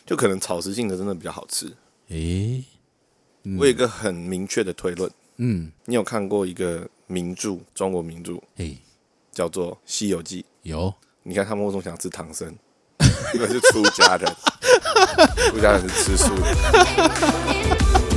就可能草食性的真的比较好吃。 我有一个很明确的推论， 你有看过一个名著，中国名著，叫做《西游记》？ 有。 你看他们为什么想吃唐僧？因为是出家人，出家人是吃素的。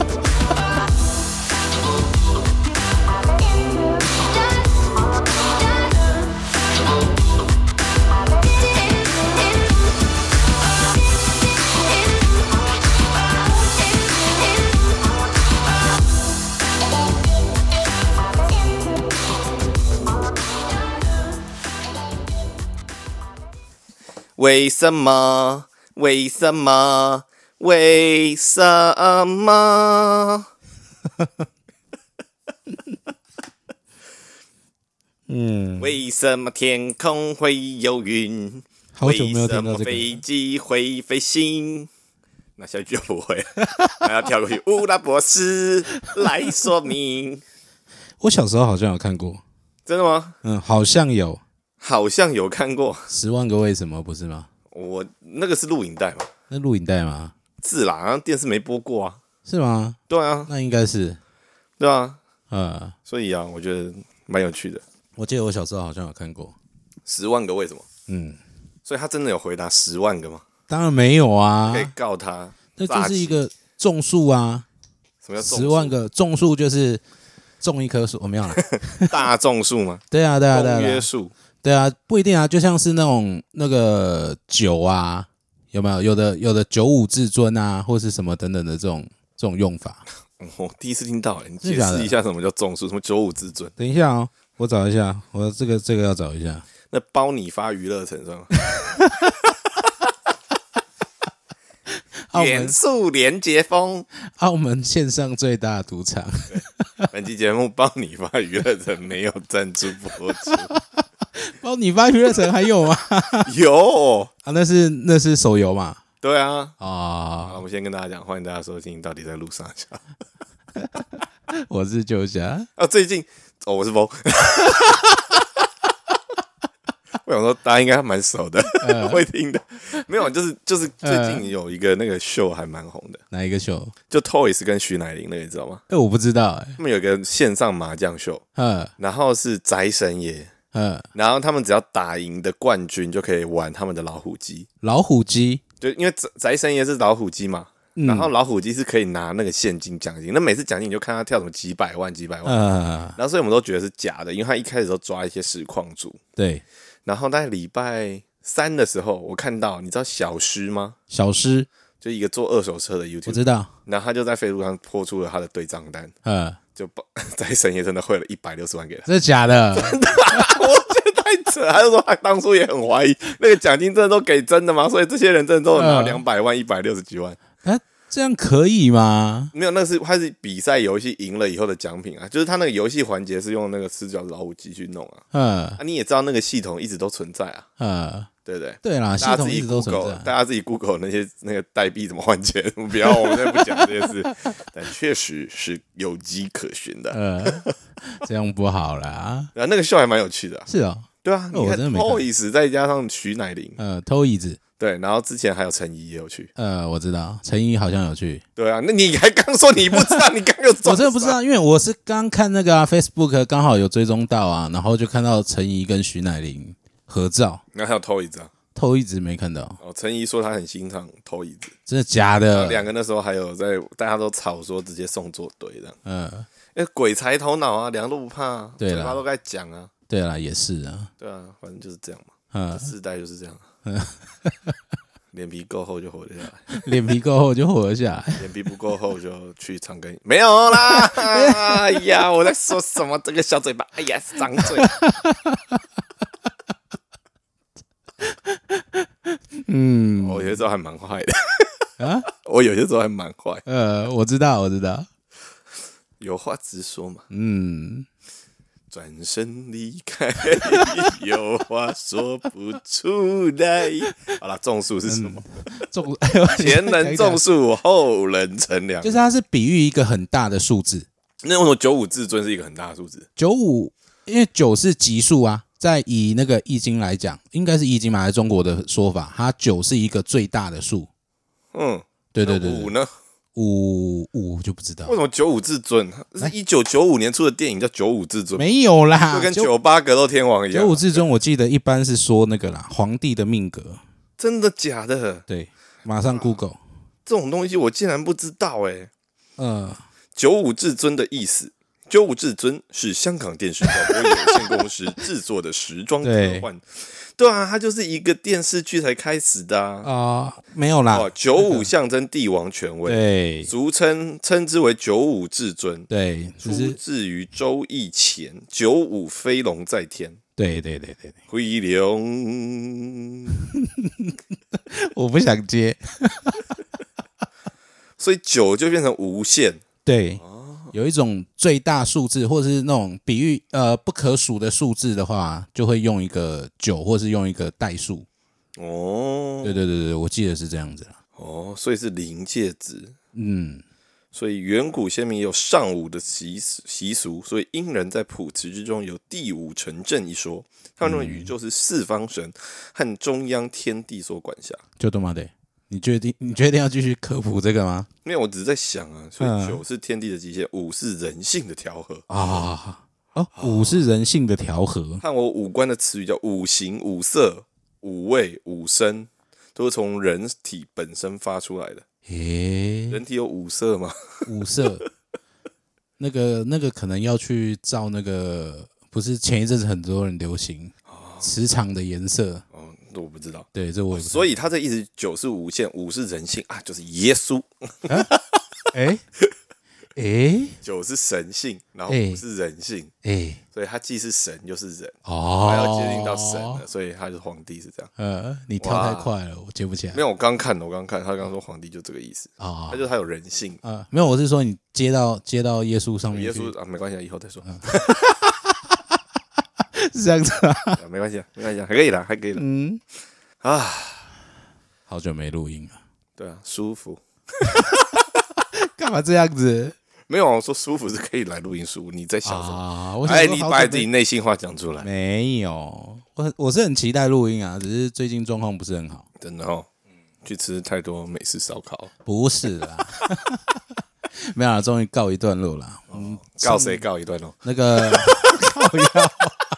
为什么？为什么？为什么？为什么天空会有云？ 好久没有听到这个。 为什么飞机会飞行？那下一句就不会了，还要跳过去。乌拉博士来说明。 我小时候好像有看过。 真的吗？ 好像有。 好像有看过 10万个为什么，不是吗？ 我那个是录影带嘛？ 那录影带吗？ 是啦，好像电视没播过啊。 是吗？ 对啊， 那应该是。 对啊， 所以啊，我觉得蛮有趣的。 我记得我小时候好像有看过 10万个为什么。所以他真的有回答10万个吗？ 当然没有啊， 可以告他。 那就是一个种树啊。 什么叫种树？ 10万个种树就是种一棵树，没有啦。 大种树吗？ 对啊， 公约数。 对啊，不一定啊，就像是那个酒啊，有没有？有的九五至尊啊，或是什么等等的这种用法。 我第一次听到，你解释一下什么叫种树，什么95至尊？ 等一下哦，我找一下，我这个要找一下。 那包你发娱乐城算吗？元素连结风， 澳门线上最大赌场。 本期节目包你发娱乐城没有赞助播出。 包你发娱乐城还有吗？ 有啊，那是手游嘛？ 对啊。 好， 我们先跟大家讲，欢迎大家收听，到底在路上下。 我是九侠。 最近我是风。我想说大家应该蛮熟的，会听的。没有，就是最近有一个那个秀还蛮红的。 哪一个秀？ 就 Toys 跟徐乃麟那个，你知道吗？ 我不知道。 他们有一个线上麻将秀，然后是宅神爷，然后他们只要打赢的冠军就可以玩他们的老虎机。 老虎机？ 对，因为宅神爷是老虎机嘛，然后老虎机是可以拿那个现金奖金，那每次奖金你就看他跳什么几百万、然后所以我们都觉得是假的，因为他一开始都抓一些实况主。 对。 然后在礼拜3的时候，我看到，你知道小狮吗？ 小狮就一个做二手车的 YouTube， 我知道。 然后他就在 Facebook 上播出了他的对账单，就在深夜真的汇了160万给他。 真的假的？ 真的我觉得太扯。他就说他当初也很怀疑那个奖金真的都给真的吗？所以这些人真的都有拿200万、160几万。 这样可以吗？ 没有，他是比赛游戏赢了以后的奖品啊，就是他那个游戏环节是用那个4脚老虎机去弄啊。你也知道那个系统一直都存在啊。对不对？ 对啦，系统一直都存在。 大家自己 Google 那个代币怎么换钱，不要，我们现在不讲这件事。但确实是有迹可循的。 这样不好啦。 那个秀还蛮有趣的。是哦。 对啊，你看 Toys 再加上徐乃麟， 偷椅子。 对，然后之前还有陈怡也有去。 我知道陈怡好像有去。 对啊，那你还刚说你不知道，你刚有我真的不知道，因为我是刚看那个Facebook 刚好有追踪到啊，然后就看到陈怡跟徐乃麟合照。 然后还有偷椅子啊。 偷椅子没看到。 陈怡说他很欣赏偷椅子。真的假的？ 两个那时候还有在大家都吵说直接送作对的。鬼才头脑啊，两个都不怕啊，嘴巴都该讲啊。 对啦，也是啊。 对啊，反正就是这样嘛。世代就是这样。脸皮够厚就活得下来， 脸皮够厚就活得下来， 脸皮不够厚就去长庚。没有啦！哎呀，我在说什么？这个小嘴巴，哎呀，张嘴。我有些时候还蛮坏的啊，我有些时候还蛮坏。 我知道， 有话直说嘛。转身离开，有话说不出来。好啦，种树是什么？前人种树，后人乘凉。 就是它是比喻一个很大的数字。 那为什么95至尊是一个很大的数字 ？95，因为9是奇数啊。在以那个易经来讲，应该是易经嘛，还是中国的说法，它9是一个最大的数。 对， 那5呢 ？5就不知道为什么95至尊？是1995年出的电影叫《95至尊》， 没有啦， 就跟98格斗天王一样。 95至尊我记得一般是说那个啦，皇帝的命格。 真的假的？ 对，马上 Google。 这种东西我竟然不知道95至尊的意思，95至尊是香港电视广播有限公司制作的时装科幻。对啊，它就是一个电视剧才开始的没有啦。 95象征帝王权威， 对， 俗称之为95至尊。 对， 出自于《周易》前95飞龙在天。 对， 飞龙， 我不想接。 所以9就变成无限。 对，有一种最大数字，或者是那种比喻不可数的数字的话，就会用一个9，或是用一个代数。对，我记得是这样子啦。 所以是临界值。所以远古先民有上午的习俗，所以殷人在卜辞之中有第五成正一说。他们认为宇宙是四方神和中央天地所管辖。 就他妈的，你确定要继续科普这个吗？ 因为我只是在想所以9是天地的极限，5是人性的调和 5是人性的调和。 和我五官的词语叫五行、五色、五味、五声，都是从人体本身发出来的。人体有5色吗 ？5色，那个可能要去照那个，不是前一阵子很多人流行磁场的颜色。 我不知道。 对，这我也不知道。 所以他这意思9是无限，5是人性就是耶稣。9是神性，然后5是人性。所以他既是神又是人。他要接近到神了，所以他是皇帝是这样。 你跳太快了，我接不起来。 没有，我刚看，他刚刚说皇帝就这个意思他就是他有人性。 没有，我是说你接到耶稣上面。 耶稣没关系，以后再说。 是这样子没关系，还可以啦。 好久没录音了。 对啊，舒服。 干嘛这样子？ 没有，我说舒服是可以来录音舒服。你在想什么？你把自己内心话讲出来。 没有，我是很期待录音啊，只是最近状况不是很好。 真的去吃太多美式烧烤。不是啦。 没有啦，终于告一段落了。 告谁告一段落？ 那个告腰。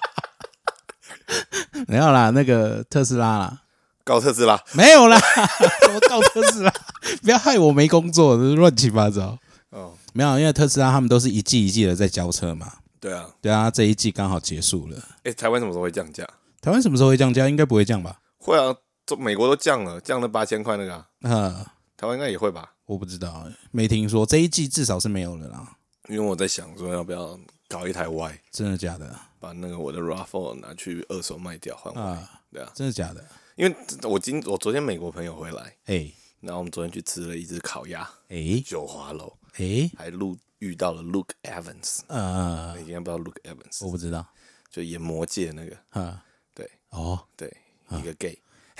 没有啦，那个特斯拉啦。 告特斯拉？ 没有啦，我告特斯拉，不要害我没工作，乱七八糟。没有，因为特斯拉他们都是一季一季的在交车嘛。 对啊，这一季刚好结束了。 台湾什么时候会降价？ 台湾什么时候会降价？应该不会降吧？ 会啊，美国都降了8000块那个台湾应该也会吧？ 我不知道，没听说。这一季至少是没有了啦。 因为我在想说要不要搞一台 Y。 真的假的？ 把那个我的 RAV4 拿去二手卖掉换 Y。对啊， 真的假的？ 因为我昨天美国朋友回来，然后我们昨天去吃了一只烤鸭，九华楼，还遇到了 Luke Evans。你应该不知道 Luke Evans。 我不知道， 就演魔戒那个。对，对，一个 gay。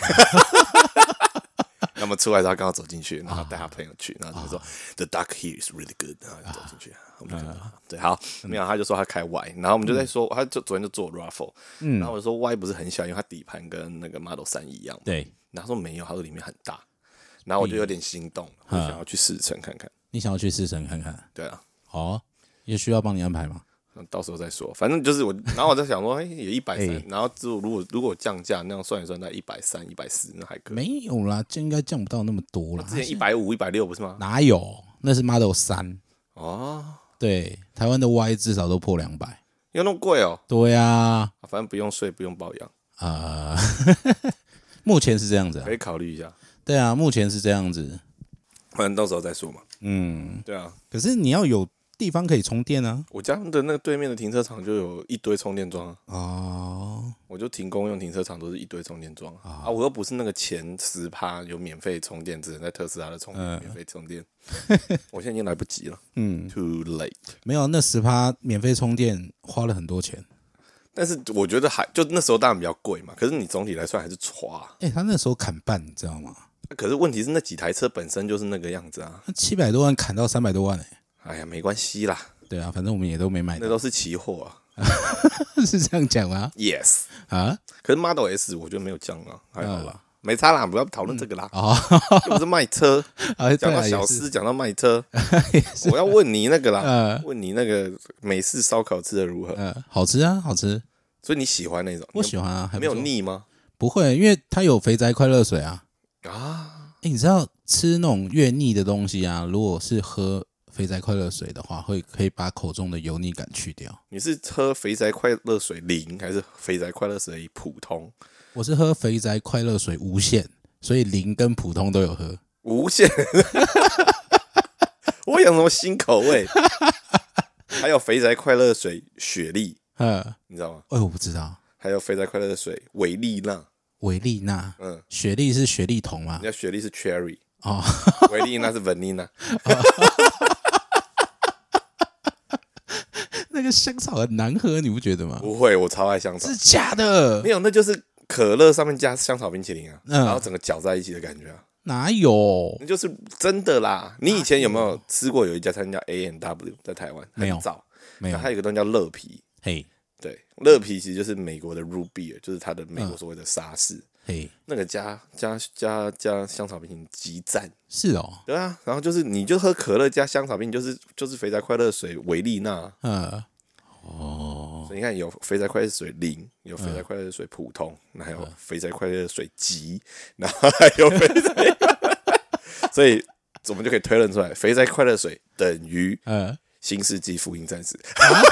那么出来之后刚好走进去，然后带他朋友去，然后就说 The duck here is really good， 然后走进去，我们就对，好，没有，他就说他开 Y， 然后我们就在说，他就昨天就做 RAV4，然后我就说 Y 不是很小，因为它底盘跟那个 Model 3一样， 对， 然后他说没有，他说里面很大，然后我就有点心动，我想要去试乘看看。 你想要去试乘看看？ 对啊。 也需要帮你安排吗？ 到时候再说，反正就是然后我在想说，也130，然后如果降价那样算一算，在130、140，那还可以。 没有啦，就应该降不到那么多啦。 之前150、160不是吗？ 哪有？那是 Model 3。对，台湾的 Y 至少都破200。 有那么贵哦？ 对啊， 反正不用税，不用保养。 目前是这样子可以考虑一下。 对啊，目前是这样子。 反正到时候再说嘛。对啊。 可是你要有地方可以充电啊！ 我家的那个对面的停车场就有一堆充电桩我就停公用停车场都是一堆充电桩我又不是那个前10%有免费充电，只能在特斯拉的充电免费充电。我现在已经来不及了，too late。 没有，那10%免费充电花了很多钱， 但是我觉得就那时候当然比较贵嘛，可是你总体来算还是刷。 他那时候砍半，你知道吗？ 可是问题是那几台车本身就是那个样子啊， 那700多万砍到300多万哎呀，没关系啦。 对啊，反正我们也都没买到， 那都是期货是这样讲吗 ？Yes 可是 Model S 我觉得没有降还好啦。 没差啦，不要讨论这个啦。又不是卖车，讲到小吃，讲到卖车，我要问你那个啦，问你那个美式烧烤吃的如何？ 好吃啊，好吃。 所以你喜欢那种？ 我喜欢啊， 没有腻吗？ 不会，因为它有肥宅快乐水啊。你知道吃那种越腻的东西啊，如果是喝肥宅快乐水的话，可以把口中的油腻感去掉。 你是喝肥宅快乐水零还是肥宅快乐水普通？ 我是喝肥宅快乐水无限，所以零跟普通都有喝。 无限，我有什么新口味？还有肥宅快乐水雪莉，你知道吗？ 我不知道。 还有肥宅快乐水维丽娜。 维丽娜，雪莉是雪莉桶吗？ 人家雪莉是 cherry， 维丽娜是 vanilla。 那个香草很难喝，你不觉得吗？ 不会，我超爱香草。 是假的？ 没有，那就是可乐上面加香草冰淇淋啊，然后整个搅在一起的感觉啊。 哪有？ 那就是真的啦。你以前有没有吃过有一家餐厅叫 A&W 在台湾？ 没有， 很早。 没有。 还有一个东西叫乐皮。 嘿。 对，乐皮其实就是美国的 root beer， 就是它的美国所谓的沙士。那个加香草冰淇淋极赞。 是哦。 对啊，然后就是你就喝可乐加香草冰，就是肥宅快乐水维丽娜。所以你看有肥宅快乐水零，有肥宅快乐水普通，还有肥宅快乐水极，然后还有肥宅，所以我们就可以推论出来，肥宅快乐水等于新世纪福音战士。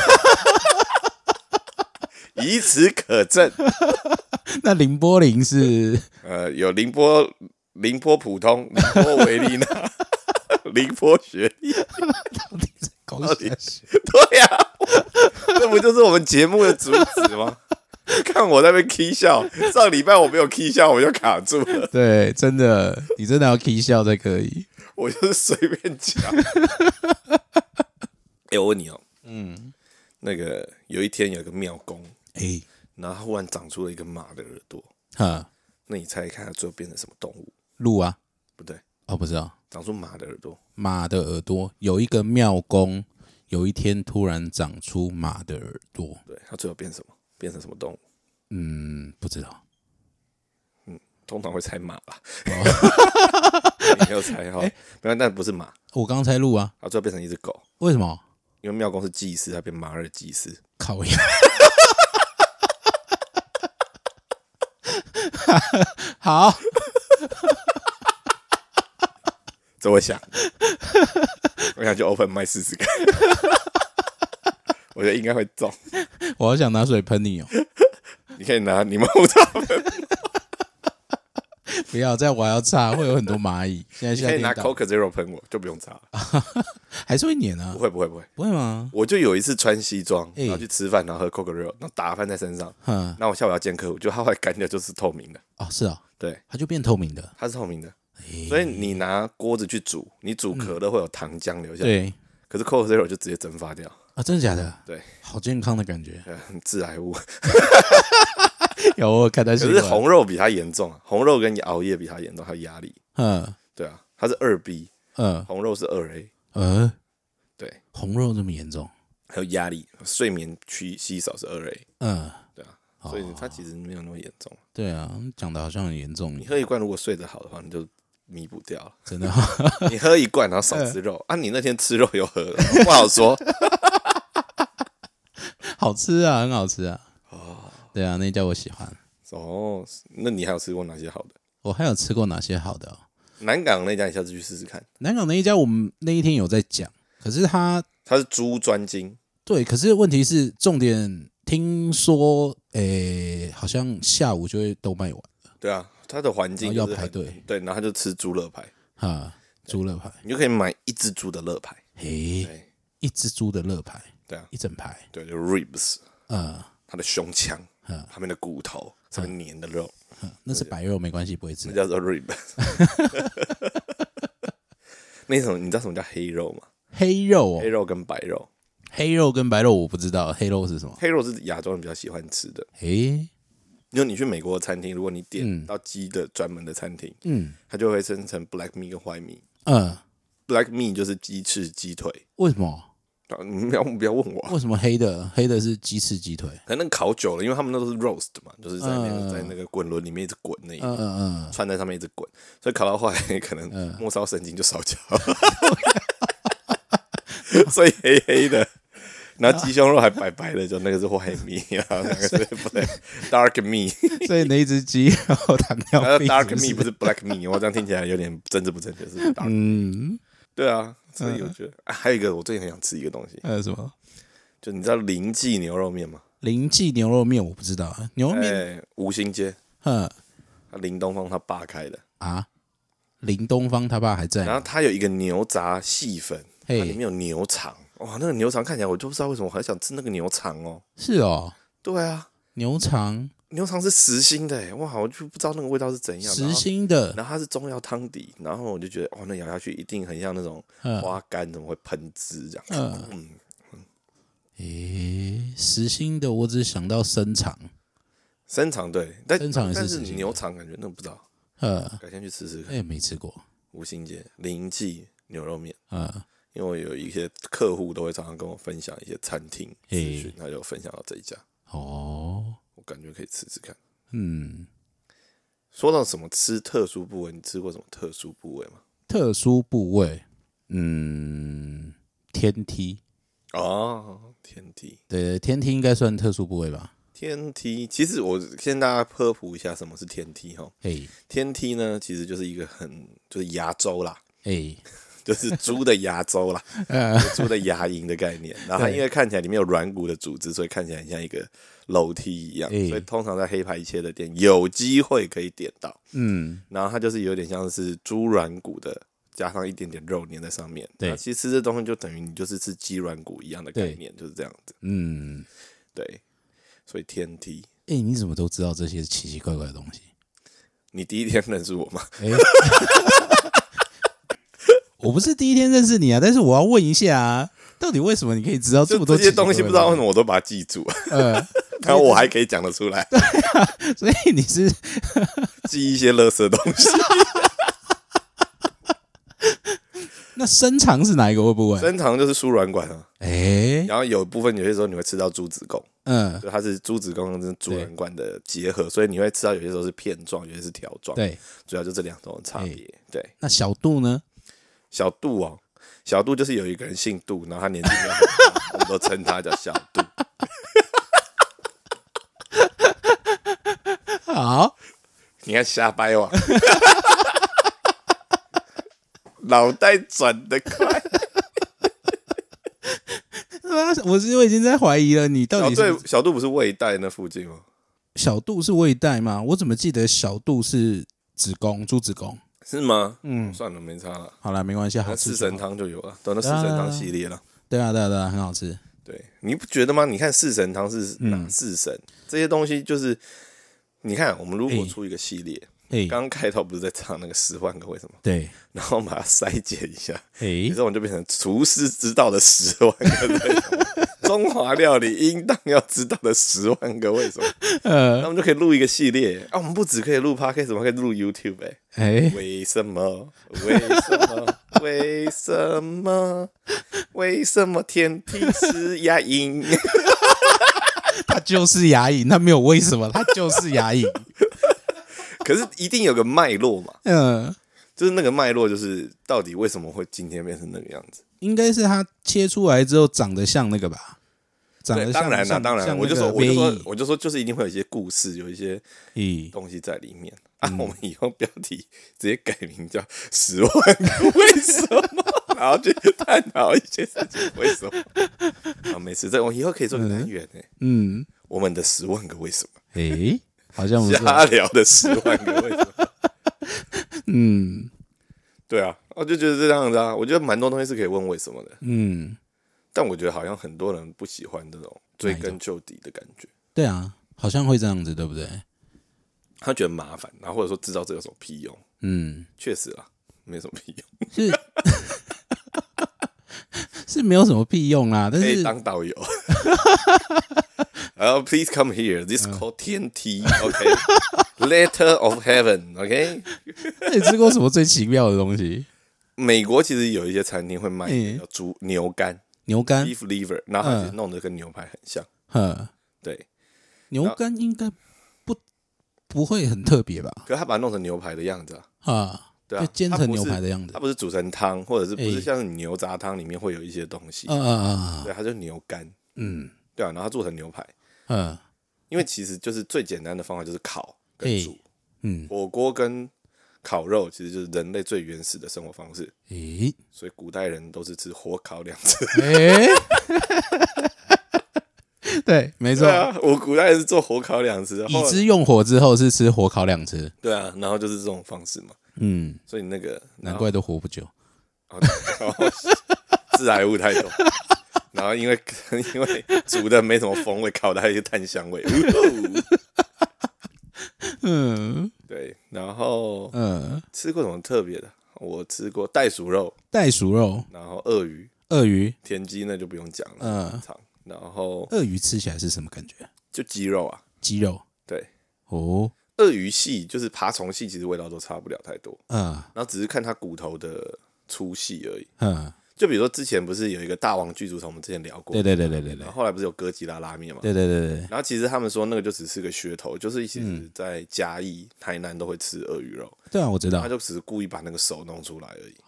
以此可证。 那凌波林是有凌波普通、凌波维丽娜、凌波雪莉， 到底是对呀、这不就是我们节目的主旨吗？看我在那边 k 笑，上礼拜我没有 k 笑，我就卡住了。 对，真的，你真的要 k 笑才可以。 我就是随便讲。我问你哦，那个有一天有一个庙公，然后他忽然长出了一个马的耳朵，那你猜看它最后变成什么动物？ 鹿啊？ 不对， 不知道。 长出马的耳朵。 马的耳朵，有一个庙公，有一天突然长出马的耳朵。 对，它最后变什么？变成什么动物？ 不知道。 通常会猜马吧。你没有猜哈？没有，但不是马。 我刚猜鹿啊。 它最后变成一只狗。 为什么？ 因为庙公是祭司，它变马尔祭司。 靠呀！好。 这我想去 open 麦试试看。我觉得应该会中。 我好想拿水喷你哦。 你可以拿柠檬茶喷。 不要，这样我还要擦，会有很多蚂蚁。现在你可以拿 Coke Zero 喷我，就不用擦了。 还是会黏啊？ 不会不会吗？ 我就有一次穿西装，然后去吃饭，然后喝 Coke Zero，然后打翻在身上。那我下午要见客户，就它会干掉，就是透明的。 是啊。对，它就变透明的。 它是透明的。所以你拿锅子去煮，你煮可乐会有糖浆留下来。对。可是 Coke Zero 就直接蒸发掉。 真的假的？ 对。 好健康的感觉。 致癌物。 有我看到。可是红肉比它严重，红肉跟熬夜比它严重，它有压力。对啊，它是2B，红肉是2A。对， 红肉这么严重， 还有压力，睡眠稀少是2A。对啊，所以它其实没有那么严重。 对啊，讲的好像很严重。 你喝一罐如果睡得好的话，你就弥补掉了。 真的。 你喝一罐然后少吃肉啊，你那天吃肉又喝了，不好说。 好吃啊，很好吃啊。对啊，那一家我喜欢。 那你还有吃过哪些好的？ 我还有吃过哪些好的？ 南港那家你下次去试试看。 南港那一家我们那一天有在讲，可是它是猪专精。对， 可是问题是重点，听说好像下午就会都卖完了。 对啊，它的环境要排队。 对，然后他就吃猪肋排。 猪肋排， 你就可以买一只猪的肋排。 一只猪的肋排。 对啊， 一整排。 对，就 ribs。它的胸腔，旁边的骨头，上面粘的肉。 那是白肉，没关系，不会吃。 那叫做 rib。那种你知道什么叫黑肉吗？ 黑肉黑肉跟白肉。 黑肉跟白肉我不知道，黑肉是什么？ 黑肉是亚洲人比较喜欢吃的。因为你去美国的餐厅，如果你点到鸡的专门的餐厅，它就会分成 black meat 跟 white meat。black meat 就是鸡翅、鸡腿。 为什么？ 你不要问我、 为什么黑的？黑的是鸡翅鸡腿， 可能烤久了，因为他们那都是 roast 嘛，就是在那个滚轮里面一直滚那一个，串在上面一直滚，所以烤到后来可能末梢神经就烧焦，所以黑黑的。然后鸡胸肉还白白的，就那个是white meat， 然后那个是不对 dark meat， 所以那一只鸡然后糖尿病 dark meat 不是 black meat， 我这样听起来有点政治不正确，是 dark。对啊，所以我觉得还有一个我最近很想吃一个东西， 什么？ 就你知道林记牛肉面吗？ 林记牛肉面我不知道，牛肉面吴兴街，林东方他爸开的啊，林东方他爸还在， 然后他有一个牛杂细粉，它里面有牛肠。哇，那个牛肠看起来我就不知道为什么我很想吃那个牛肠哦。 是哦， 对啊， 牛肠是实心的，哇，我就不知道那个味道是怎样。 实心的， 然后它是中药汤底，然后我就觉得，哇，那咬下去一定很像那种花干，怎么会喷汁这样？ 实心的我只想到生肠， 对，但是牛肠感觉那不知道，改天去吃吃看。 没吃过。 吴兴街林记牛肉面，因为我有一些客户都会常常跟我分享一些餐厅资讯，他就分享到这一家。我感觉可以吃吃看。说到什么吃特殊部位，你吃过什么特殊部位吗？ 特殊部位，天梯。 天梯， 对，天梯应该算特殊部位吧？ 天梯，其实我先大家科普一下什么是天梯哈。天梯呢，其实就是一个就是牙周啦，就是猪的牙周啦，猪的牙龈的概念。然后它因为看起来里面有软骨的组织，所以看起来很像一个楼梯一样。所以通常在黑牌切的店有机会可以点到。然后它就是有点像是猪软骨的，加上一点点肉粘在上面。对，其实吃这东西就等于你就是吃鸡软骨一样的概念，就是这样子。对。所以天梯， 你怎么都知道这些奇奇怪怪的东西？ 你第一天认识我吗？ 我不是第一天认识你啊，但是我要问一下啊，到底为什么你可以知道这么多这些东西？不知道为什么我都把它记住，然后我还可以讲得出来。 对啊，所以你是记一些垃圾东西。 那深肠是哪一个部位？ 深肠就是输卵管啊。然后有部分有些时候你会吃到猪子宫，就它是猪子宫跟猪卵管的结合，所以你会吃到有些时候是片状，有些是条状。对，主要就这两种的差别。对， 那小肚呢？ 小肚就是有一个人姓杜，然后他年纪比较大，我们都称他叫小杜。 好， 你看瞎掰哇，脑袋转得快。 我已经在怀疑了，你到底是小肚不是胃袋那附近吗？ 小肚是胃袋吗？我怎么记得小肚是子宫，猪子宫是吗？算了，没差了。 好了，没关系，好吃。四神汤就有了，等到四神汤系列了。 对啊，很好吃。 对，你不觉得吗？你看四神汤是哪四神？这些东西就是，你看我们如果出一个系列。刚刚开头不是在唱那个10万个为什么？对，然后把它筛减一下，于是我们就变成厨师知道的10万个为什么，中华料理应当要知道的10万个为什么。那我们就可以录一个系列啊！我们不只可以录 Podcast， 我们可以录 YouTube 为什么？为什么天梯是牙龈？ 它就是牙龈，它没有为什么，它就是牙龈。 可是一定有个脉络嘛，就是那个脉络，就是到底为什么会今天变成那个样子？ 应该是它切出来之后长得像那个吧？长得像， 当然，我就说，就是一定会有一些故事，有一些东西在里面啊。我们以后标题直接改名叫10万个为什么，然后去探讨一些事情为什么。啊，每次我以后可以做个单元我们的10万个为什么。 好像不瞎聊的10万个为什么？对啊，我就觉得这样子啊，我觉得蛮多东西是可以问为什么的。但我觉得好像很多人不喜欢这种追根究底的感觉。 对啊，好像会这样子，对不对？ 他觉得麻烦，然后或者说知道这有什么屁用？确实啦，没什么屁用。 是没有什么屁用啦，但是可以当导游。Please come here. This is called 天梯 OK Letter of Heaven OK 你吃过什么最奇妙的东西？ 美国其实有一些餐厅会卖牛肝牛肝 beef liver， 然后它弄得跟牛排很像。对， 牛肝应该不会很特别吧？ 可是他把它弄成牛排的样子啊。对啊， 就煎成牛排的样子。 它不是煮成汤，或者是不是像你牛杂汤里面会有一些东西。对，它就是牛肝。对啊，然后它做成牛排。因为其实就是最简单的方法就是烤跟煮。火锅跟烤肉其实就是人类最原始的生活方式。所以古代人都是吃火烤两吃。 对，没错。 对啊，我古代是做火烤两吃， 已知用火之后是吃火烤两吃。 对啊，然后就是这种方式嘛。所以那个难怪都活不久。 致癌物太多，然后因为煮的没什么风味，烤的还有一些炭香味。对，然后吃过什么特别的？我吃过袋鼠肉，然后鳄鱼，田鸡那就不用讲了。然后鳄鱼吃起来是什么感觉？ 就鸡肉啊， 鸡肉。 对，鳄鱼系就是爬虫系，其实味道都差不了太多。然后只是看它骨头的粗细而已。就比如说之前不是有一个大王巨足虫，我们之前聊过。对。然后后来不是有哥吉拉拉面嘛？对。然后其实他们说那个就只是个噱头，就是其实在嘉义、台南都会吃鳄鱼肉。 对啊，我知道。 他就只是故意把那个手弄出来而已。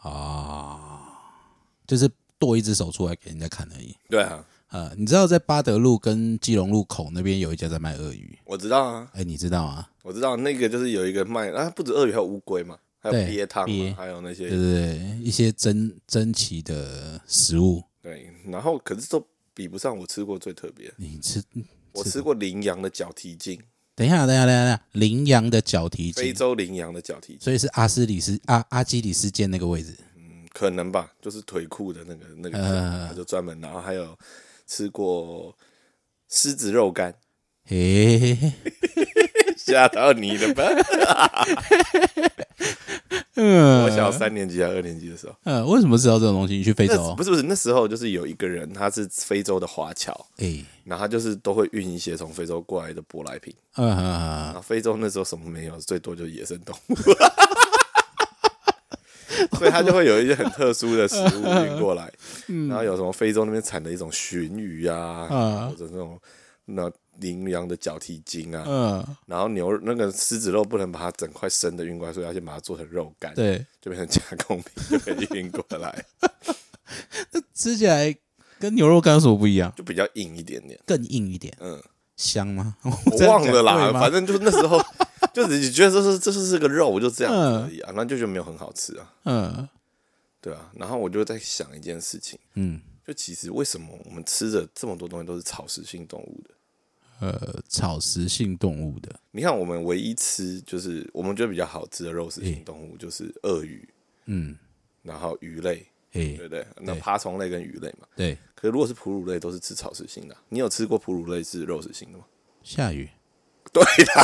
就是剁一只手出来给人家看而已。 对啊。 你知道在八德路跟基隆路口那边有一家在卖鳄鱼？ 我知道啊。 你知道啊？ 我知道那个就是有一个卖不止鳄鱼，还有乌龟嘛，还有鳖汤嘛，还有那些对一些珍奇的食物。 对，然后可是都比不上我吃过最特别。我吃过羚羊的脚蹄筋。 等一下，羚羊的脚蹄筋， 非洲羚羊的脚蹄筋， 所以是阿基里斯腱那个位置。 可能吧，就是腿裤的那个他就专门，然后还有吃过狮子肉干。吓到你了吧？我小3年级还2年级的时候。 为什么知道这种东西？你去非洲？ 不是，那时候就是有一个人，他是非洲的华侨，然后他就是都会运一些从非洲过来的舶来品。然后非洲那时候什么没有，最多就是野生动物。所以他就会有一些很特殊的食物运过来，然后有什么非洲那边产的一种鲟鱼啊，或者那羚羊的脚蹄筋啊，然后那个狮子肉不能把它整块生的运过来，所以要先把它做成肉干， 对， 就变成加工品，就可以运过来。 吃起来跟牛肉干有什么不一样？ 就比较硬一点点， 更硬一点。香吗？ 我忘了啦，反正就是那时候。就只觉得这是个肉，就这样子而已啊，然后就觉得没有很好吃啊。对啊，然后我就在想一件事情，就其实为什么我们吃的这么多东西都是草食性动物的？ 草食性动物的， 你看我们唯一吃就是我们觉得比较好吃的肉食性动物就是鳄鱼，然后鱼类，对不对？那爬虫类跟鱼类嘛， 对。 可是如果是哺乳类，都是吃草食性的。你有吃过哺乳类是肉食性的吗？ 下雨。 对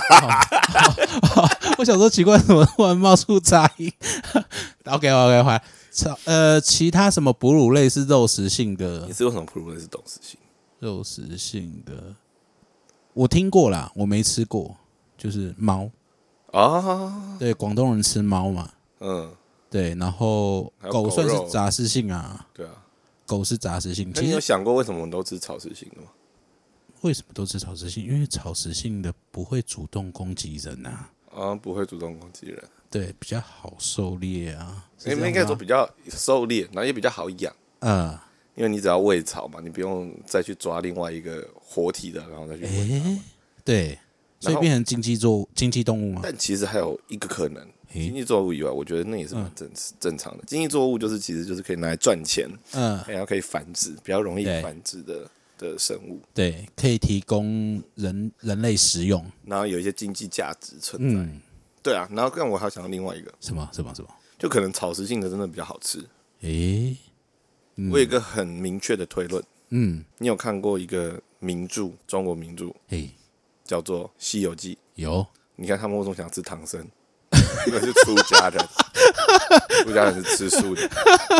的， 我想说奇怪，怎么突然冒出杂音？OK，回来。其他什么哺乳类是肉食性的？ 你吃过什么哺乳类是动食性？ 肉食性的，我听过啦，我没吃过，就是猫啊。对，广东人吃猫嘛。对，然后狗算是杂食性啊。 对啊， 狗是杂食性。 那你有想过为什么我们都吃草食性的吗？ 为什么都吃草食性？因为草食性的不会主动攻击人啊。 不会主动攻击人。 对，比较好狩猎啊。 应该说比较狩猎，然后也比较好养。因为你只要喂草嘛，你不用再去抓另外一个活体的，然后再去喂它。 对，所以变成经济动物吗？ 但其实还有一个可能，经济作物以外，我觉得那也是蛮正常的。经济作物其实就是可以拿来赚钱，然后可以繁殖，比较容易繁殖的生物， 对，可以提供人类食用， 然后有一些经济价值存在。对啊，然后让我还想到另外一个什么， 就可能草食性的真的比较好吃。我有一个很明确的推论。你有看过一个名著，中国名著，叫做《西游记》？有。你看他们为什么想吃唐僧？因为是出家人，出家人是吃素的。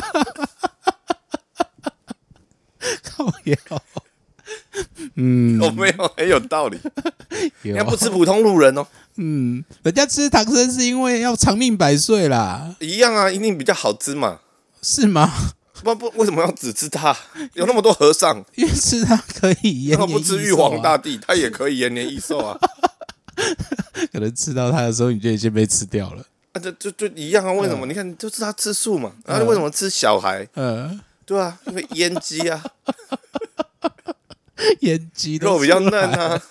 靠腰。 有没有很有道理？你要不吃普通路人哦。 人家吃唐僧是因为要长命百岁啦。 一样啊，一定比较好吃嘛。 是吗？ 不，为什么要只吃它？有那么多和尚， 因为吃它可以延年益寿、啊。 他不吃玉皇大帝，他也可以延年益寿啊。 可能吃到它的时候，你就已经被吃掉了。 啊，就一样啊？为什么？你看，就是他吃素嘛，然后为什么吃小孩？对啊，因为阉鸡啊， 阉鸡肉比较嫩啊。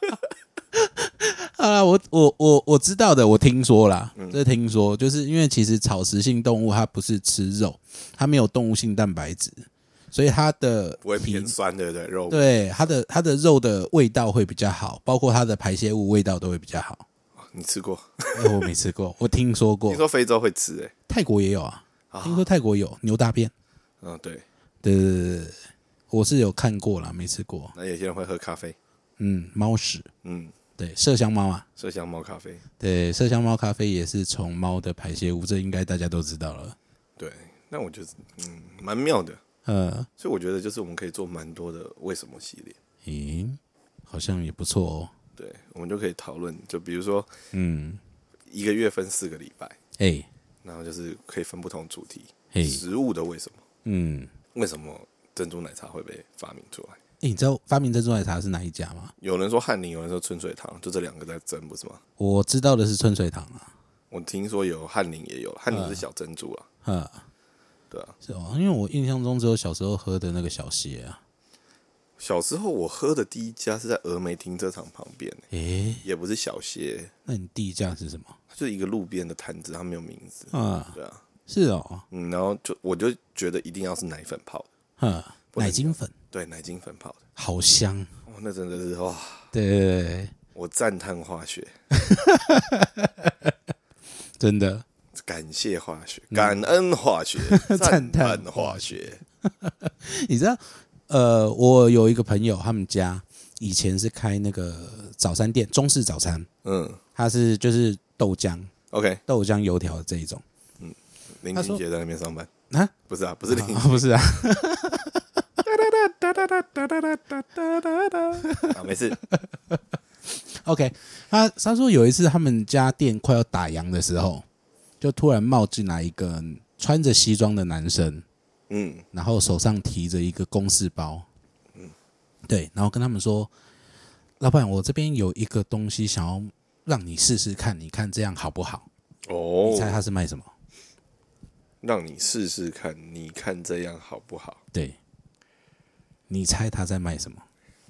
啊，我知道的，我听说啦，这听说就是因为其实草食性动物它不是吃肉，它没有动物性蛋白质，所以它的不会偏酸，对不对？肉对它的肉的味道会比较好，包括它的排泄物味道都会比较好。 你吃过？ 我没吃过，我听说过。 听说非洲会吃， 泰国也有啊。听说泰国有牛大便。 对， 我是有看过啦，没吃过。 那有些人会喝咖啡。 猫屎。对，麝香猫啊。 麝香猫咖啡。 对，麝香猫咖啡也是从猫的排泄物，这应该大家都知道了。 对，那我觉得蛮妙的。 所以我觉得就是我们可以做蛮多的为什么系列。 好像也不错哦。 对，我们就可以讨论，就比如说，一个月分4个礼拜，然后就是可以分不同主题，食物的为什么，为什么珍珠奶茶会被发明出来？ 你知道发明珍珠奶茶是哪一家吗？ 有人说翰林，有人说春水堂，就这2个在争，不是吗？ 我知道的是春水堂啊。 我听说有翰林也有，翰林是小珍珠啊。对啊， 是哦，因为我印象中只有小时候喝的那个小蟹啊。 小时候我喝的第一家是在峨眉停车场旁边，也不是小蟹。 那你第一家是什么？ 就是一个路边的摊子，它没有名字。对啊， 是哦。 然后我就觉得一定要是奶粉泡的，奶精粉， 对，奶精粉泡的， 好香。 那真的是哇！ 对， 我赞叹化学， 真的感谢化学，感恩化学，赞叹化学。 你知道？我有一个朋友，他们家以前是开那个早餐店，中式早餐。他是就是豆浆 ，OK， 豆浆油条这一种。 林俊杰在那边上班啊？ 不是啊，不是林俊杰， 不是啊。 没事。 OK， 他说有一次他们家店快要打烊的时候，就突然冒进来一个穿着西装的男生。然后手上提着一个公事包，对，然后跟他们说，老板，我这边有一个东西想要让你试试看，你看这样好不好？你猜他是卖什么？ 让你试试看，你看这样好不好？ 对，你猜他在卖什么？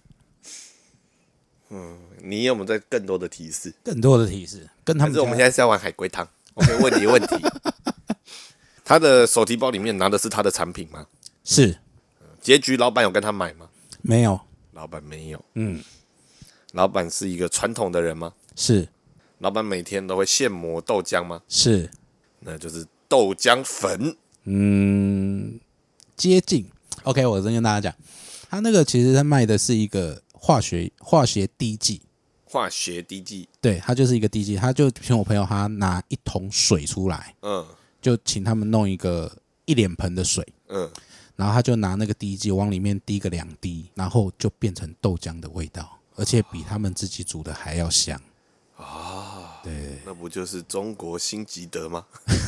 你有没有在更多的提示？ 更多的提示，跟他们。 还是我们现在是要玩海龟汤？我可以问你问题。他的手提包里面拿的是他的产品吗？ 是。 结局老板有跟他买吗？ 没有。 老板没有。老板是一个传统的人吗？ 是。 老板每天都会现磨豆浆吗？ 是。 那就是豆浆粉。 接近。OK， 我先跟大家讲，他那个其实他卖的是一个化学滴剂。 化学滴剂。 对，他就是一个滴剂，他就请我朋友他拿一桶水出来。就请他们弄一脸盆的水，然后他就拿那个滴剂往里面滴个2滴，然后就变成豆浆的味道，而且比他们自己煮的还要香啊！对， 那不就是中国辛吉德吗？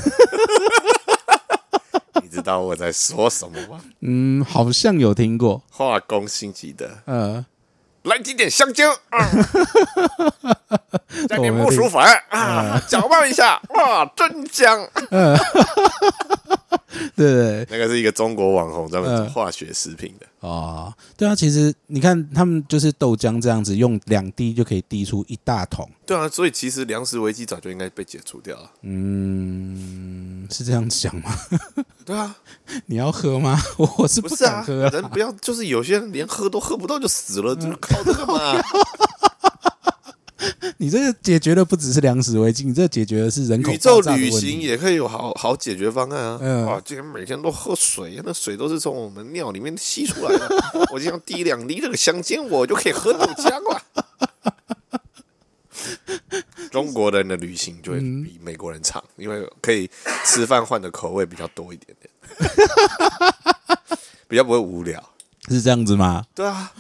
你知道我在说什么吗？ 好像有听过化工辛吉德。来几点香蕉加点木薯粉搅拌一下，哇，真香！ 对， 那个是一个中国网红专门做化学食品的。 对啊，其实你看他们就是豆浆这样子，用2滴就可以滴出一大桶。 对啊，所以其实粮食危机早就应该被解除掉了。 是这样讲吗？ 对啊， 你要喝吗？我是不敢喝。 人不要，就是有些人连喝都喝不到就死了，就是靠这个嘛。 你这个解决的不只是粮食危机，你这个解决的是人口宇宙旅行也可以有好解决方案啊！今天每天都喝水，那水都是从我们尿里面吸出来的。我这样滴2滴这个香精，我就可以喝豆浆了。中国人的旅行就会比美国人长，因为可以吃饭换的口味比较多一点点，比较不会无聊。 是这样子吗？ 对啊，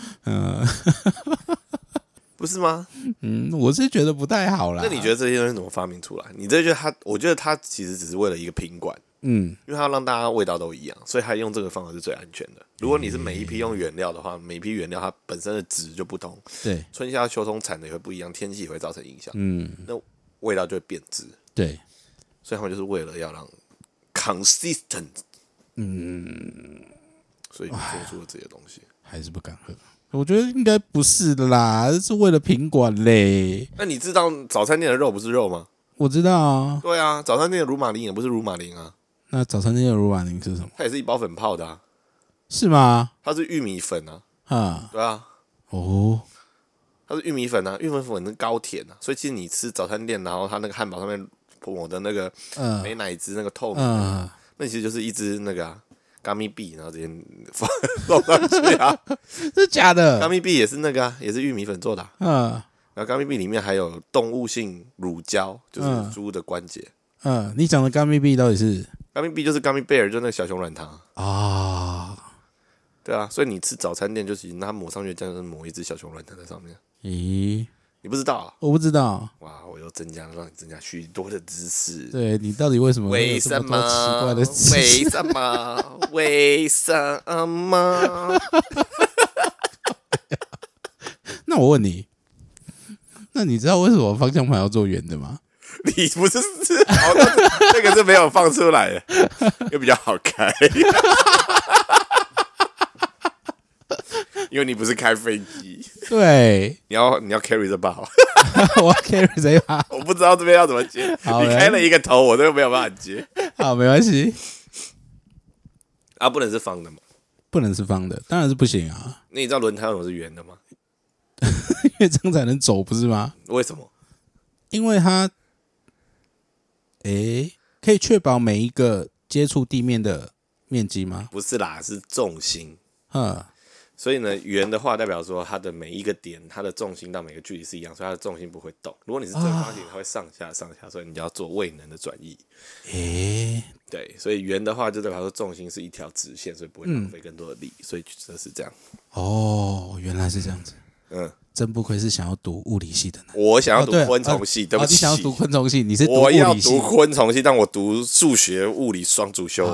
不是吗？ 我是觉得不太好啦。 那你觉得这些东西怎么发明出来？你这觉得我觉得他其实只是为了一个品管， 因为它要让大家味道都一样，所以它用这个方法是最安全的。如果你是每一批用原料的话，每一批原料它本身的质就不同， 对， 春夏秋冬产的也会不一样，天气也会造成影响，那味道就会变质， 对， 所以他们就是为了要让 consistent，所以就做出了这些东西。 还是不敢喝。我觉得应该不是的啦，是为了品管嘞。 那你知道早餐店的肉不是肉吗？ 我知道啊。 对啊，早餐店的乳马林也不是乳马林啊。 那早餐店的乳马林是什么？ 它也是一包粉泡的啊。 是吗？ 它是玉米粉啊。对啊。 哦。 它是玉米粉啊，玉米粉是高甜啊，所以其实你吃早餐店，然后它那个汉堡上面抹的那个美乃滋那个透明的，那其实就是一只那个gummy bee， 然后直接放上去啊。 是假的 ？gummy bee 也是那个也是玉米粉做的啊。然后 gummy bee 里面还有动物性乳胶，就是猪的关节。 你讲的 gummy bee 到底是 gummy bee 就是 gummy bear， 就那个小熊软糖啊。 对啊，所以你吃早餐店就是它抹上去，这样就是抹一只小熊软糖在上面。 咦， 你不知道啊？ 我不知道。 哇，我又让你增加许多的知识。 对，你到底为什么为什么奇怪的知识？ 为什么？为什么？ 那我问你，那你知道为什么方向盘要做圆的吗？ 你不是那个是没有放出来的，又比较好开。因为你不是开飞机， 对， 你要 carry 这把， 我要 carry 这一把， 我不知道这边要怎么接，你开了一个头，我都没有办法接。 好，没关系。 啊，不能是方的吗？ 不能是方的，当然是不行啊。 那你知道轮胎为什么是圆的吗？ 因为这样才能走，不是吗？ 为什么？ 因为它，可以确保每一个接触地面的面积吗？ 不是啦，是重心。所以呢，圆的话代表说它的每一个点，它的重心到每个距离是一样，所以它的重心不会动。如果你是正方形，它会上下上下，所以你就要做位能的转移。对，所以圆的话就代表说重心是一条直线，所以不会浪费更多的力，所以就是这样。 哦，原来是这样子。真不愧是想要读物理系的呢。 我想要读昆虫系，对不起， 你想要读昆虫系，你是读我要物理系读昆虫系，但我读数学、物理双主修。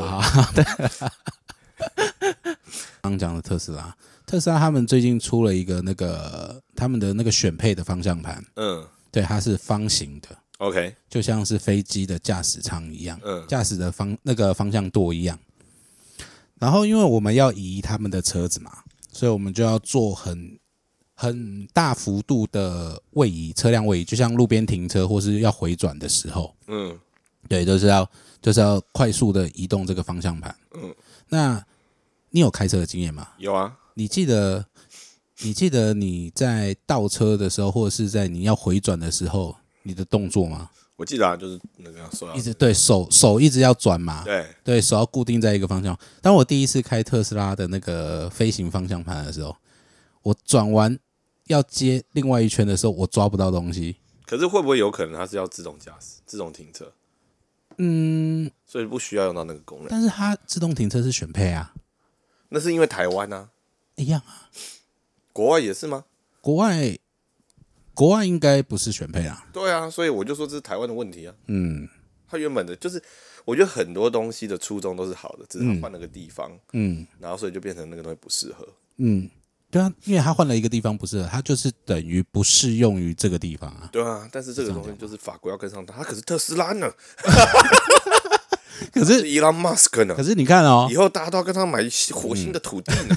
刚讲的特斯拉他们最近出了一个他们的那个选配的方向盘，对，它是方形的 ，OK， 就像是飞机的驾驶舱一样，驾驶的那个方向舵一样。然后因为我们要移他们的车子嘛，所以我们就要做很大幅度的位移，车辆位移，就像路边停车或是要回转的时候，对，就是要快速的移动这个方向盘。那你有开车的经验吗？ 有啊。 你记得你在倒车的时候，或者是在你要回转的时候，你的动作吗？ 我记得啊，就是那个手一直对手一直要转嘛，对，手要固定在一个方向。当我第一次开特斯拉的那个飞行方向盘的时候，我转完要接另外一圈的时候，我抓不到东西。 可是会不会有可能它是要自动驾驶、自动停车？所以不需要用到那个功能。 但是它自动停车是选配啊。 那是因为台湾啊， 一样啊。 国外也是吗？ 国外应该不是选配啊。 对啊，所以我就说这是台湾的问题啊。它原本的就是，我觉得很多东西的初衷都是好的，只是它换了个地方，然后所以就变成那个东西不适合。 对啊，因为它换了一个地方不适合，它就是等于不适用于这个地方啊。 对啊，但是这个东西就是法国要跟上它，可是特斯拉呢？ 可是 Elon Musk 呢？ 可是你看哦， 以后大家都要跟他买火星的土地呢。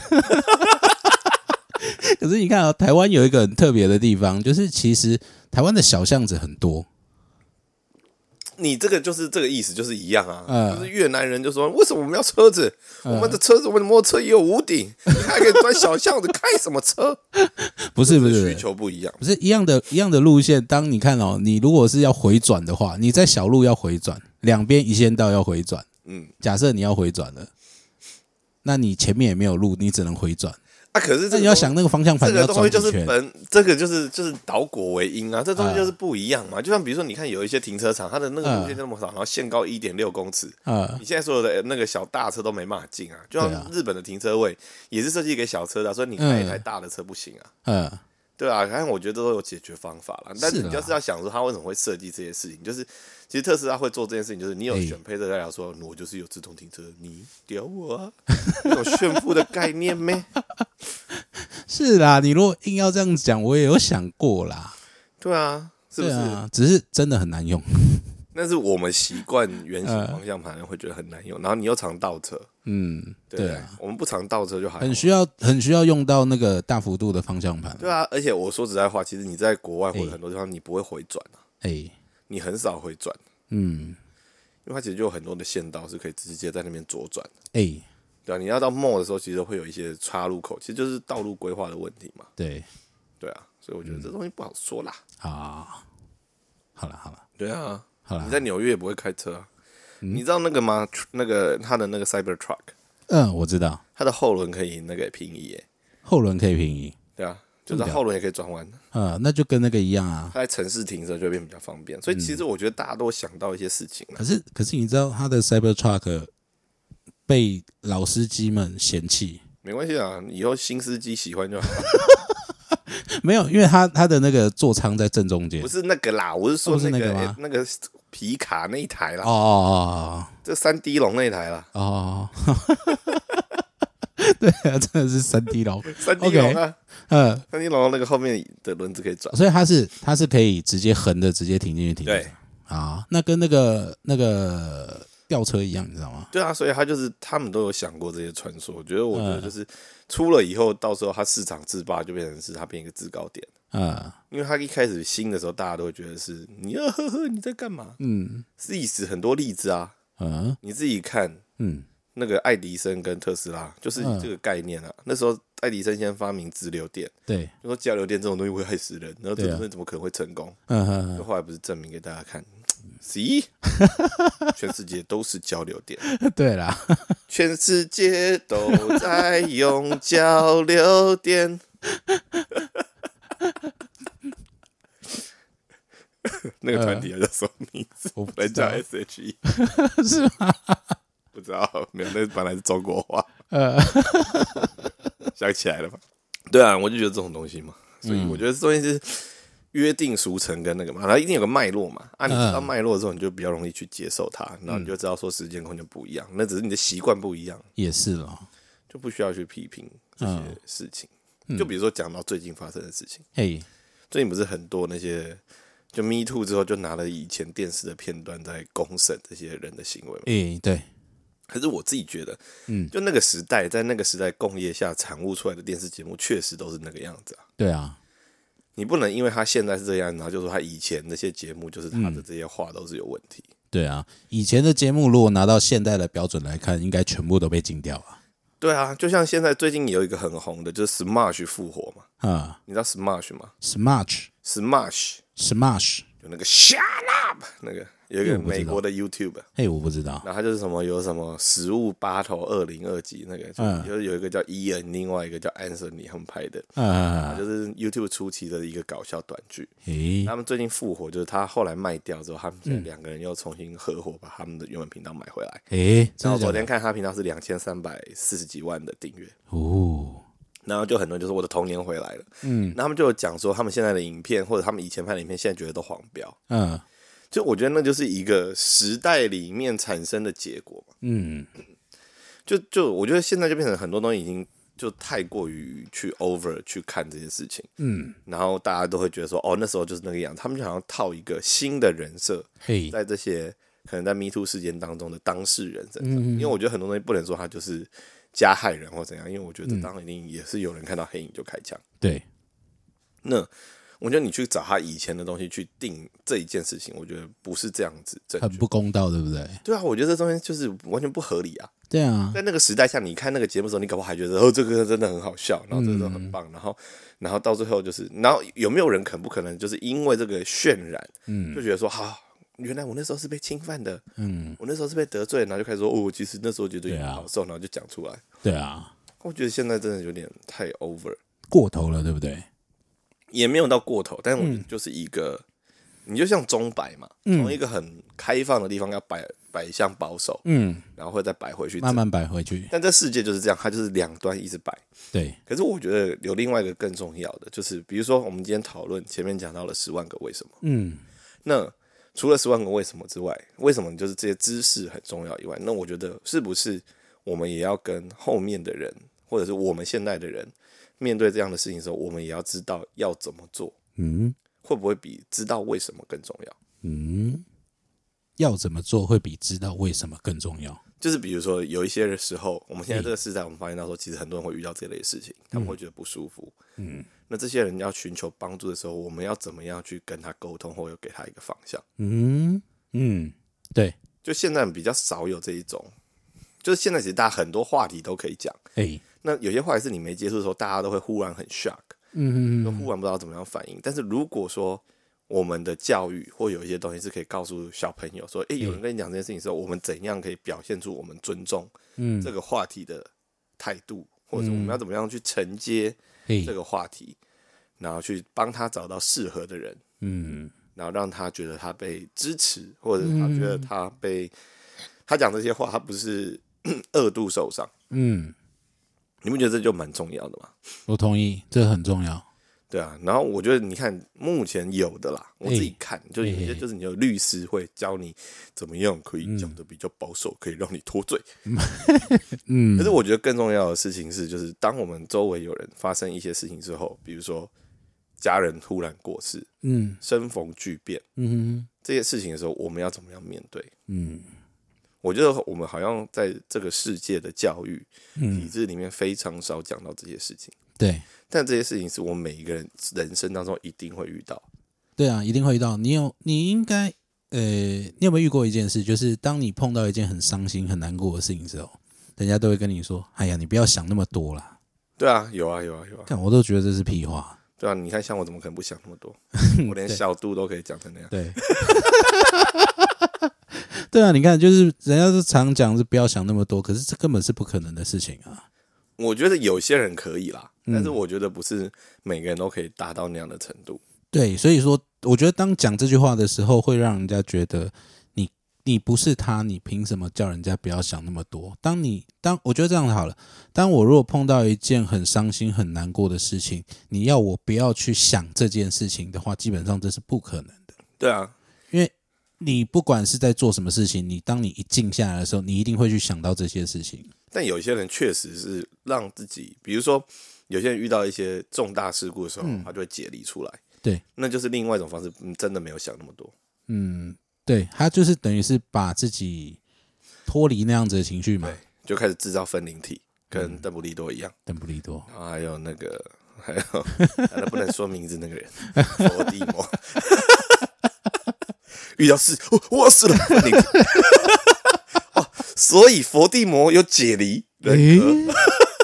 可是你看哦，台湾有一个很特别的地方，就是其实台湾的小巷子很多。 你这个就是这个意思，就是一样啊。就是越南人就说，为什么我们要车子？我们的车子，我们的摩托车也有屋顶，你还可以钻小巷子，开什么车？ 不是需求不一样， 不是一样的路线。当你看哦，你如果是要回转的话，你在小路要回转，两边一线道要回转。假设你要回转了，那你前面也没有路，你只能回转。 可是那你要想那个方向盘要转几圈， 这个就是倒果为因啊，这东西就是不一样嘛。就像比如说，你看有一些停车场，它的那个路线就那么少，然后限高1.6公尺，你现在所有的那个小大车都没办法进啊。就像日本的停车位也是设计给小车的，所以你开一台大的车不行啊。 对啊，反正我觉得都有解决方法啦。但是你就是要想说，他为什么会设计这些事情？就是其实特斯拉会做这件事情，就是你有选配这代表说，我就是有自动停车，你屌我啊，有炫富的概念咩？ 是啦，你如果硬要这样讲，我也有想过啦。 对啊，是不是？ 啊，只是真的很难用。 但是我们习惯圆形方向盘会觉得很难用，然后你又常倒车，对啊，我们不常倒车就还好， 很需要用到那个大幅度的方向盘。 对啊，而且我说实在话，其实你在国外或者很多地方，你不会回转啊，你很少回转，因为它其实就有很多的线道是可以直接在那边左转的，对啊，你要到 mall 的时候，其实会有一些岔路口，其实就是道路规划的问题嘛，对啊，所以我觉得这东西不好说啦。 好了， 对啊。你在纽约也不会开车啊？你知道那个吗？那个他的那个 Cybertruck， 我知道， 它的后轮可以那个平移耶， 后轮可以平移， 对啊，就是后轮也可以转弯， 那就跟那个一样啊。 它在城市停车就会变比较方便，所以其实我觉得大家都想到一些事情。 可是你知道他的 Cybertruck 被老司机们嫌弃， 没关系啊，以后新司机喜欢就好。 没有，因为他的那个座舱在正中间， 不是那个啦，我是说那个那个皮卡那一台啦。这3D 龙那一台啦。 对啊，真的是3D 龙 ，3D 龙啊，3D 龙那个后面的轮子可以转， 所以它是可以直接横的直接停进去停。对啊，那跟那个吊车一样，你知道吗？ 对啊，所以他们都有想过这些传说。我觉得就是出了以后，到时候它市场制霸就变成是它变一个制高点。因为它一开始新的时候，大家都会觉得是你你在干嘛？历史很多例子啊，你自己看，那个爱迪生跟特斯拉就是这个概念啊。那时候爱迪生先发明直流电，对，就说交流电这种东西会害死人，然后这种东西怎么可能会成功？就后来不是证明给大家看。See， 全世界都是交流电。 对啦， 全世界都在用交流电。那个团体叫什么名字？我不能叫 SHE， 是吗？ 不知道，没有，那本来是中国话。想起来了吧？对啊，我就觉得这种东西嘛，所以我觉得这东西是约定俗成跟那个嘛，它一定有个脉络嘛。你知道脉络之后，你就比较容易去接受它，然后你就知道说时间空间不一样，那只是你的习惯不一样。 也是了， 就不需要去批评这些事情。就比如说讲到最近发生的事情，最近不是很多那些就 Me Too 之后，就拿了以前电视的片段在公审这些人的行为嘛。 对。 可是我自己觉得，就那个时代，在那个时代工业下产物出来的电视节目，确实都是那个样子啊。 对啊， 你不能因为他现在是这样，然后就说他以前那些节目就是他的这些话都是有问题。 对啊，以前的节目如果拿到现代的标准来看，应该全部都被禁掉了。 对啊，就像现在最近有一个很红的，就是 Smash 复活嘛。你知道 Smash 吗 ？Smash 有那个 Shut Up 那个。有一个美国的 YouTube， 我不知道。 然后他就是什么有什么食物battle 2027那个，就是有一个叫Ian，另外一个叫 Anthony 他们拍的，就是 YouTube 初期的一个搞笑短剧。他们最近复活，就是他后来卖掉之后，他们现在2个人又重新合伙把他们的原本频道买回来。然后昨天看他频道是2340几万的订阅。然后就很多人就说我的童年回来了。那他们就有讲说他们现在的影片或者他们以前拍的影片，现在觉得都黄标。就我觉得那就是一个时代里面产生的结果嘛。就我觉得现在就变成很多东西已经就太过于去 over 去看这些事情。然后大家都会觉得说，那时候就是那个样子，他们就好像套一个新的人设，在这些可能在 Me Too 事件当中的当事人身上。因为我觉得很多东西不能说他就是加害人或怎样，因为我觉得当然一定也是有人看到黑影就开枪。对，那。我觉得你去找他以前的东西去定这一件事情，我觉得不是这样子， 很不公道，对不对？对啊，我觉得这东西就是完全不合理啊。 对啊， 在那个时代下，你看那个节目的时候，你搞不好还觉得这个真的很好笑，然后这个很棒，然后到最后就是，然后有没有人不可能就是因为这个渲染，就觉得说原来我那时候是被侵犯的，我那时候是被得罪，然后就开始说其实那时候觉得很好受，然后就讲出来。对啊，我觉得现在真的有点太 over 过头了，对不对？ 也没有到过头，但是我觉得就是一个你就像钟摆嘛，从一个很开放的地方要摆向保守，然后会再摆回去， 慢慢摆回去。 但这世界就是这样，它就是两端一直摆。 对。 可是我觉得有另外一个更重要的，就是比如说我们今天讨论前面讲到了10万个为什么，那除了10万个为什么之外，为什么就是这些知识很重要以外，那我觉得是不是我们也要跟后面的人，或者是我们现代的人面对这样的事情的时候，我们也要知道要怎么做，会不会比知道为什么更重要？ 要怎么做会比知道为什么更重要？ 就是比如说有一些时候，我们现在这个时代，我们发现到说，其实很多人会遇到这类事情，他们会觉得不舒服。那这些人要寻求帮助的时候，我们要怎么样去跟他沟通，或者给他一个方向？ 对。 就现在比较少有这一种，就是现在其实大家很多话题都可以讲。那有些话题是你没接触的时候，大家都会忽然很 shock，就忽然不知道怎么样反应。但是如果说我们的教育或有一些东西是可以告诉小朋友说，有人跟你讲这件事情的时候，我们怎样可以表现出我们尊重这个话题的态度，或者我们要怎么样去承接这个话题，然后去帮他找到适合的人，然后让他觉得他被支持，或者他觉得他讲这些话，他不是恶度受伤。你不觉得这就蛮重要的吗？ 我同意，这很重要。 对啊，然后我觉得你看目前有的啦，我自己看就有些就是你有律师会教你怎么样可以讲的比较保守，可以让你脱罪。可是我觉得更重要的事情是，就是当我们周围有人发生一些事情之后，比如说家人突然过世，生逢巨变，这些事情的时候，我们要怎么样面对？我觉得我们好像在这个世界的教育体制里面非常少讲到这些事情。 对。 但这些事情是我们每一个人人生当中一定会遇到。 对啊，一定会遇到。你应该你有没有遇过一件事，就是当你碰到一件很伤心很难过的事情之后，人家都会跟你说，哎呀，你不要想那么多啦。 对啊，有啊。 看我都觉得这是屁话。 对啊，你看像我怎么可能不想那么多？我连小度都可以讲成那样。 对。对啊，你看，就是人家是常讲是不要想那么多，可是这根本是不可能的事情啊。 我觉得有些人可以啦，但是我觉得不是每个人都可以达到那样的程度。 对，所以说，我觉得当讲这句话的时候，会让人家觉得你不是他，你凭什么叫人家不要想那么多？我觉得这样好了，当我如果碰到一件很伤心、很难过的事情，你要我不要去想这件事情的话，基本上这是不可能的。 对啊， 因为你不管是在做什么事情，当你一静下来的时候，你一定会去想到这些事情。 但有些人确实是让自己，比如说有些人遇到一些重大事故的时候，他就会解离出来。 对， 那就是另外一种方式，真的没有想那么多。 对，他就是等于是把自己脱离那样子的情绪嘛， 对，就开始制造分灵体，跟邓布利多一样。 邓布利多， 然后还有那不能说名字那个人，伏地魔。遇到事，我死了。所以伏地魔有解离人格。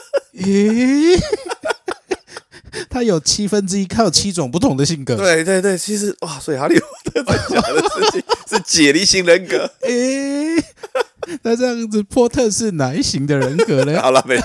他有1/7，他有7种不同的性格。 对，其实所以哈利波特在讲的事情是解离型人格。 那这样子，波特是哪一型的人格呢？ 好了，没事。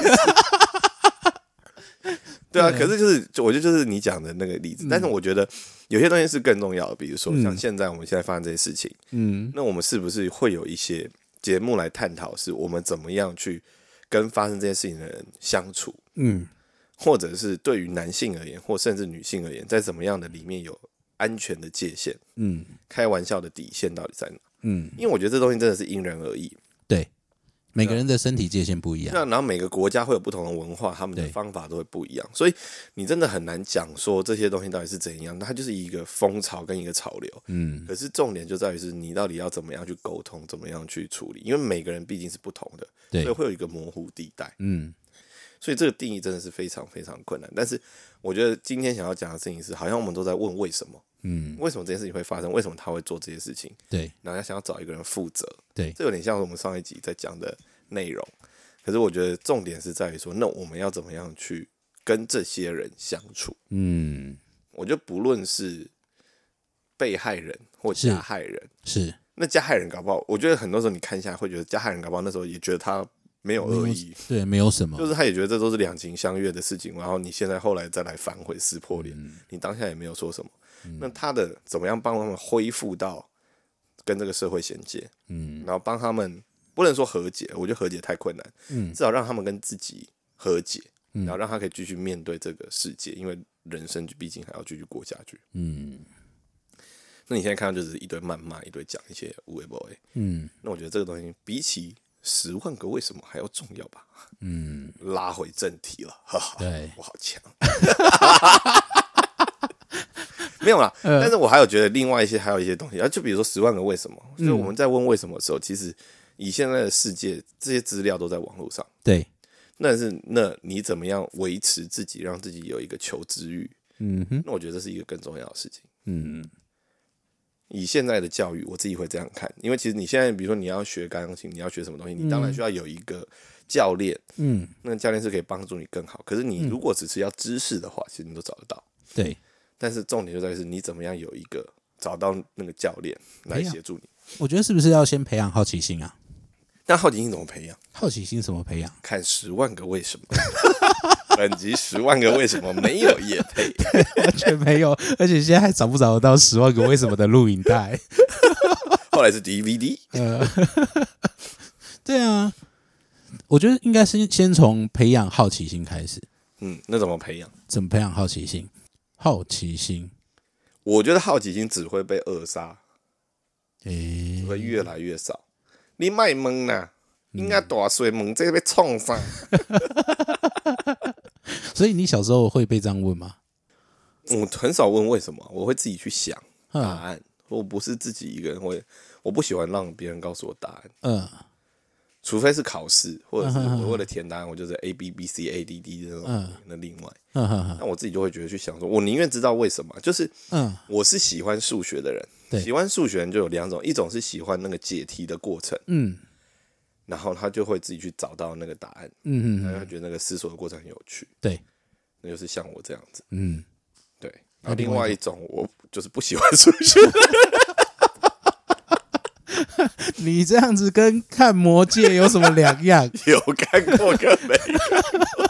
对啊，可是我觉得就是你讲的那个例子，但是我觉得有些东西是更重要的，比如说像我们现在发生这些事情，那我们是不是会有一些节目来探讨，是我们怎么样去跟发生这些事情的人相处？或者是对于男性而言，或甚至女性而言，在怎么样的里面有安全的界限？开玩笑的底线到底在哪？因为我觉得这东西真的是因人而异。 对，每个人的身体界限不一样。 然后每个国家会有不同的文化，他们的方法都会不一样，所以你真的很难讲说这些东西到底是怎样。它就是一个风潮跟一个潮流。可是重点就在于是你到底要怎么样去沟通，怎么样去处理，因为每个人毕竟是不同的，所以会有一个模糊地带。所以这个定义真的是非常非常困难。但是我觉得今天想要讲的事情是，好像我们都在问为什么。为什么这件事情会发生？为什么他会做这些事情？ 对， 然后想要找一个人负责。 对， 这有点像我们上一集在讲的内容。可是我觉得重点是在于说，那我们要怎么样去跟这些人相处？我觉得不论是被害人或加害人， 是那加害人搞不好，我觉得很多时候你看下来会觉得加害人搞不好那时候也觉得他没有恶意， 对，没有什么， 就是他也觉得这都是两情相悦的事情，然后你现在后来再来反悔撕破脸，你当下也没有说什么，那他的怎么样帮他们恢复到跟这个社会衔接，然后帮他们不能说和解，我觉得和解太困难，至少让他们跟自己和解，然后让他可以继续面对这个世界，因为人生毕竟还要继续过下去。那你现在看到就是一堆谩骂，一堆讲一些无谓不谓，那我觉得这个东西比起10万个为什么还要重要吧？拉回正题了，对，我好强，没有啦。但是我还有觉得另外还有一些东西，就比如说10万个为什么，就是我们在问为什么的时候，其实以现在的世界，这些资料都在网络上， 对。 那你怎么样维持自己，让自己有一个求知欲？那我觉得这是一个更重要的事情。以现在的教育，我自己会这样看，因为其实你现在，比如说你要学钢琴，你要学什么东西，你当然需要有一个教练，那个教练是可以帮助你更好。可是你如果只是要知识的话，其实你都找得到。 对， 但是重点就在于是你怎么样有一个找到那个教练来协助你。 我觉得是不是要先培养好奇心啊？ 那好奇心怎么培养？ 好奇心怎么培养？ 看10万个为什么。本集10万个为什么没有业配， 完全没有，而且现在还找不找得到10万个为什么的录影带？ 后来是 DVD。 对啊，我觉得应该是先从培养好奇心开始。 那怎么培养？ 怎么培养好奇心？好奇心， 我觉得好奇心只会被扼杀，只会越来越少。你莫问啦，应该大岁问这要创啥？ 所以你小时候会被这样问吗？ 我很少问为什么，我会自己去想答案。我不是自己一个人我不喜欢让别人告诉我答案。除非是考试，或者是我为了填答案，我就是 A B B C A D D 这种，那另外。那我自己就会觉得去想说，我宁愿知道为什么。就是我是喜欢数学的人，喜欢数学人就有2种，一种是喜欢那个解题的过程，然后他就会自己去找到那个答案，然后他觉得那个思索的过程很有趣， 对， 那就是像我这样子，对。然那后另外一种，我就是不喜欢数学的人。 你这样子跟看魔戒有什么两样？ 有看过跟没看过。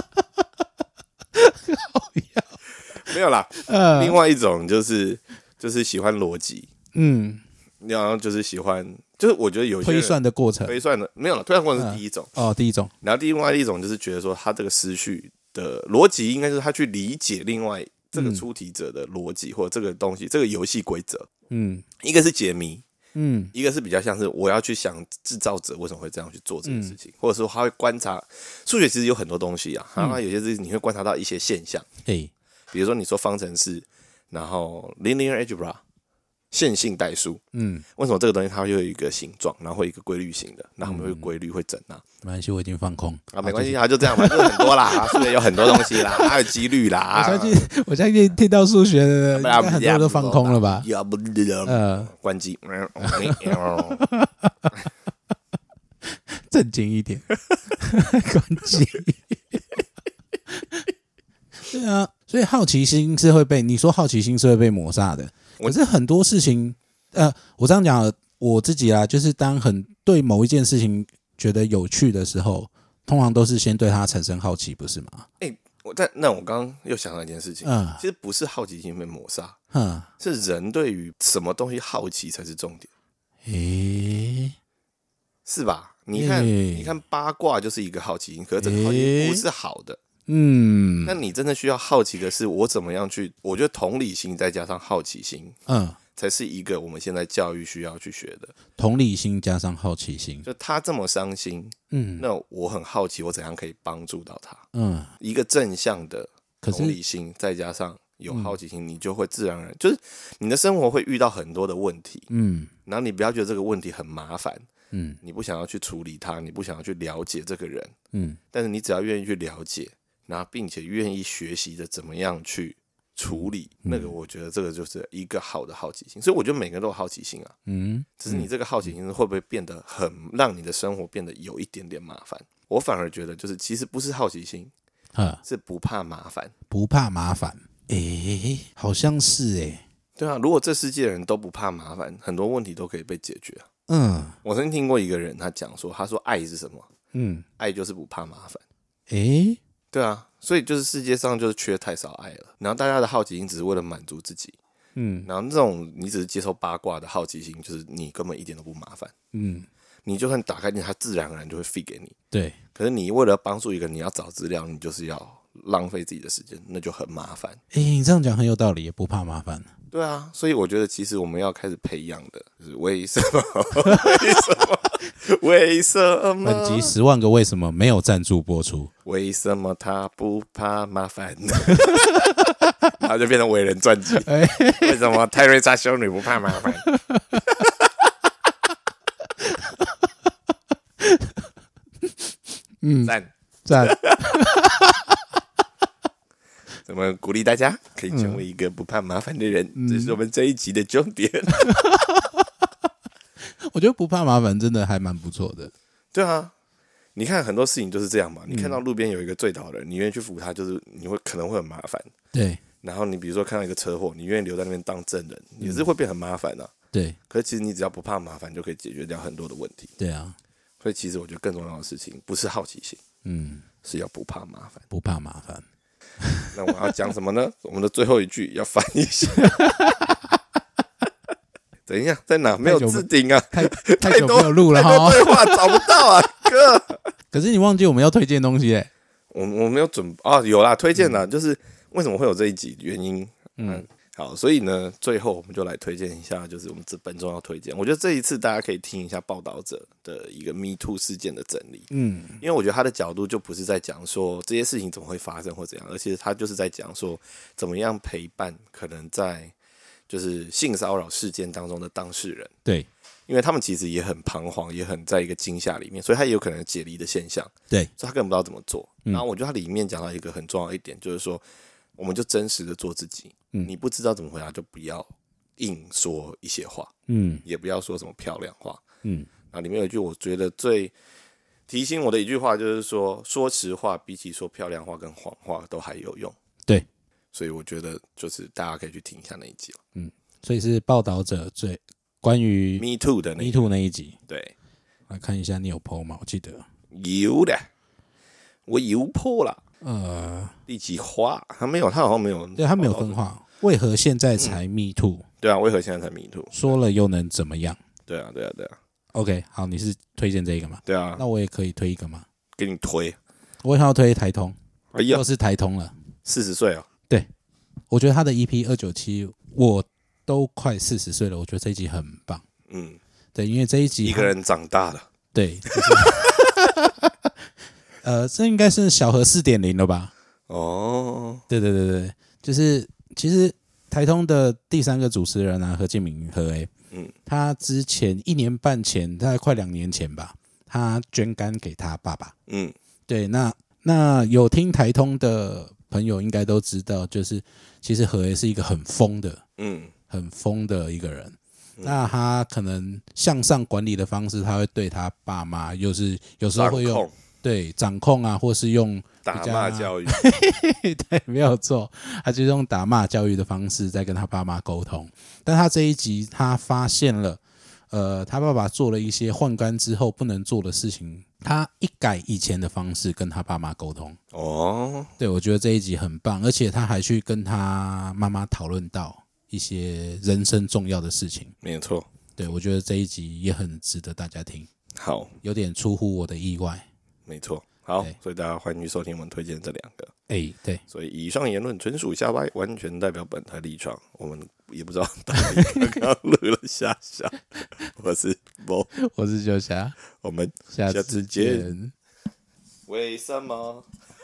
没有啦。另外一种就是喜欢逻辑，然后就是喜欢，就是我觉得有些推算的过程， 推算的没有了，推算过程是第一种。 第一种。 然后另外一种就是觉得说，他这个思绪的逻辑应该是他去理解另外这个出题者的逻辑，或者这个东西这个游戏规则。一个是解谜。一个是比较像是我要去想制造者为什么会这样去做这个事情，或者说他会观察数学，其实有很多东西啊，然后有些是你会观察到一些现象，比如说你说方程式，然后 linear algebra 线性代数，为什么这个东西它会有一个形状，然后会有一个规律型的，然后我们会规律会整啊， 没关系，我已经放空没关系，就这样嘛，就是很多啦，数学有很多东西啦，还有几率啦。 我相信听到数学的人，很多人都放空了吧？ 关机， 正经一点，关机。对啊，所以好奇心是会被你说好奇心是会被抹杀的。可是很多事情，我这样讲，我自己啦，就是当对某一件事情觉得有趣的时候，通常都是先对它产生好奇，不是吗？ 那我刚刚又想到一件事情，其实不是好奇心被抹杀，是人对于什么东西好奇才是重点，是吧？你看八卦就是一个好奇心，可是这个好奇心不是好的。那你真的需要好奇的是我怎么样去？我觉得同理心再加上好奇心，才是一个我们现在教育需要去学的。 同理心加上好奇心， 就他这么伤心，那我很好奇，我怎样可以帮助到他？一个正向的同理心再加上有好奇心，你就会自然而然，就是你的生活会遇到很多的问题，然后你不要觉得这个问题很麻烦，你不想要去处理它，你不想要去了解这个人，但是你只要愿意去了解。然后并且愿意学习的怎么样去处理，那个我觉得这个就是一个好的好奇心。所以我觉得每个人都有好奇心啊，只是你这个好奇心会不会变得很让你的生活变得有一点点麻烦？我反而觉得就是其实不是好奇心，是不怕麻烦， 不怕麻烦。好像是对啊，如果这世界的人都不怕麻烦，很多问题都可以被解决啊。我曾经听过一个人他讲说，他说爱是什么？ 爱就是不怕麻烦。对啊，所以就是世界上就是缺太少爱了，然后大家的好奇心只是为了满足自己，然后这种你只是接受八卦的好奇心，就是你根本一点都不麻烦，你就算打开你，它自然而然就会 feed 给你。 对， 可是你为了帮助一个你要找资料，你就是要浪费自己的时间，那就很麻烦。 你这样讲很有道理，也不怕麻烦。 对啊，所以我觉得其实我们要开始培养的就是为什么？为什么？为什么？ 本集10万个为什么没有赞助播出？ 为什么他不怕麻烦？然后就变成伟人传记。为什么泰瑞莎修女不怕麻烦？赞。我们鼓励大家可以成为一个不怕麻烦的人，这是我们这一集的重点。 我觉得不怕麻烦真的还蛮不错的。 对啊，你看很多事情就是这样嘛。你看到路边有一个醉倒的人，你愿意去扶他，就是你会可能会很麻烦。 对。然后你比如说看到一个车祸，你愿意留在那边当证人，也是会变很麻烦啊。 对。 可是其实你只要不怕麻烦，就可以解决掉很多的问题。 对啊。 所以其实我觉得更重要的事情不是好奇心，是要不怕麻烦。 不怕麻烦。 那我要讲什么呢？我们的最后一句要翻一下。等一下，在哪？没有置顶啊！太久没有录了哈， 太多对话找不到啊，哥。 可是你忘记我们要推荐东西嘞？ 我没有准有啦，推荐啦，就是为什么会有这一集原因。好，所以呢，最后我们就来推荐一下，就是我们本周要推荐。我觉得这一次大家可以听一下报道者的一个 Me Too 事件的整理，因为我觉得他的角度就不是在讲说这些事情怎么会发生或怎样，而且他就是在讲说怎么样陪伴可能在就是性骚扰事件当中的当事人。 对， 因为他们其实也很彷徨，也很在一个惊吓里面，所以他也有可能解离的现象。 对， 所以他根本不知道怎么做。然后我觉得他里面讲到一个很重要一点，就是说我们就真实的做自己。你不知道怎么回答，就不要硬说一些话，也不要说什么漂亮话，然后里面有一句我觉得最提醒我的一句话，就是说实话比起说漂亮话跟谎话都还有用。 对， 所以我觉得就是大家可以去听一下那一集了。 所以是报道者最关于 Me Too 的 Me Too 那一集。 对， 来看一下你有 po 吗？我记得有的，我有 po 了。第几话？他没有，他好像没有。 对，他没有分化。为何现在才 Me Too？ 对啊，为何现在才 Me Too？ 说了又能怎么样？ 对啊。 OK， 好，你是推荐这个吗？ 对啊。 那我也可以推一个吗？ 给你推。 我想要推台通。 哎呀， 又是台通了。 40岁啊。 对，我觉得他的 EP 297，我都快40岁了，我觉得这一集很棒。对，因为这一集一个人长大了。 对。这应该是小何 4.0 了吧？对，就是其实台通的第3个主持人啊，何敬明何 A，他之前1年半前，大概快2年前吧，他捐肝给他爸爸。对，那有听台通的朋友应该都知道，就是其实何 A 是一个很疯的一个人。那他可能向上管理的方式，他会对他爸妈，有时候会用掌控啊，或是用打骂教育。 对，没有错，他就用打骂教育的方式在跟他爸妈沟通。但他这一集他发现了，他爸爸做了一些换肝之后不能做的事情，他一改以前的方式跟他爸妈沟通。对，我觉得这一集很棒，而且他还去跟他妈妈讨论到一些人生重要的事情。 没错。 对，我觉得这一集也很值得大家听。 好， 有点出乎我的意外。 没错。好，所以大家欢迎收听我们推荐这2个。 对， 所以以上言论纯属瞎掰，完全代表本台立场。我们也不知道到底刚刚录了下。我是 Bo， 我是九侠， 我们下次见。为什么？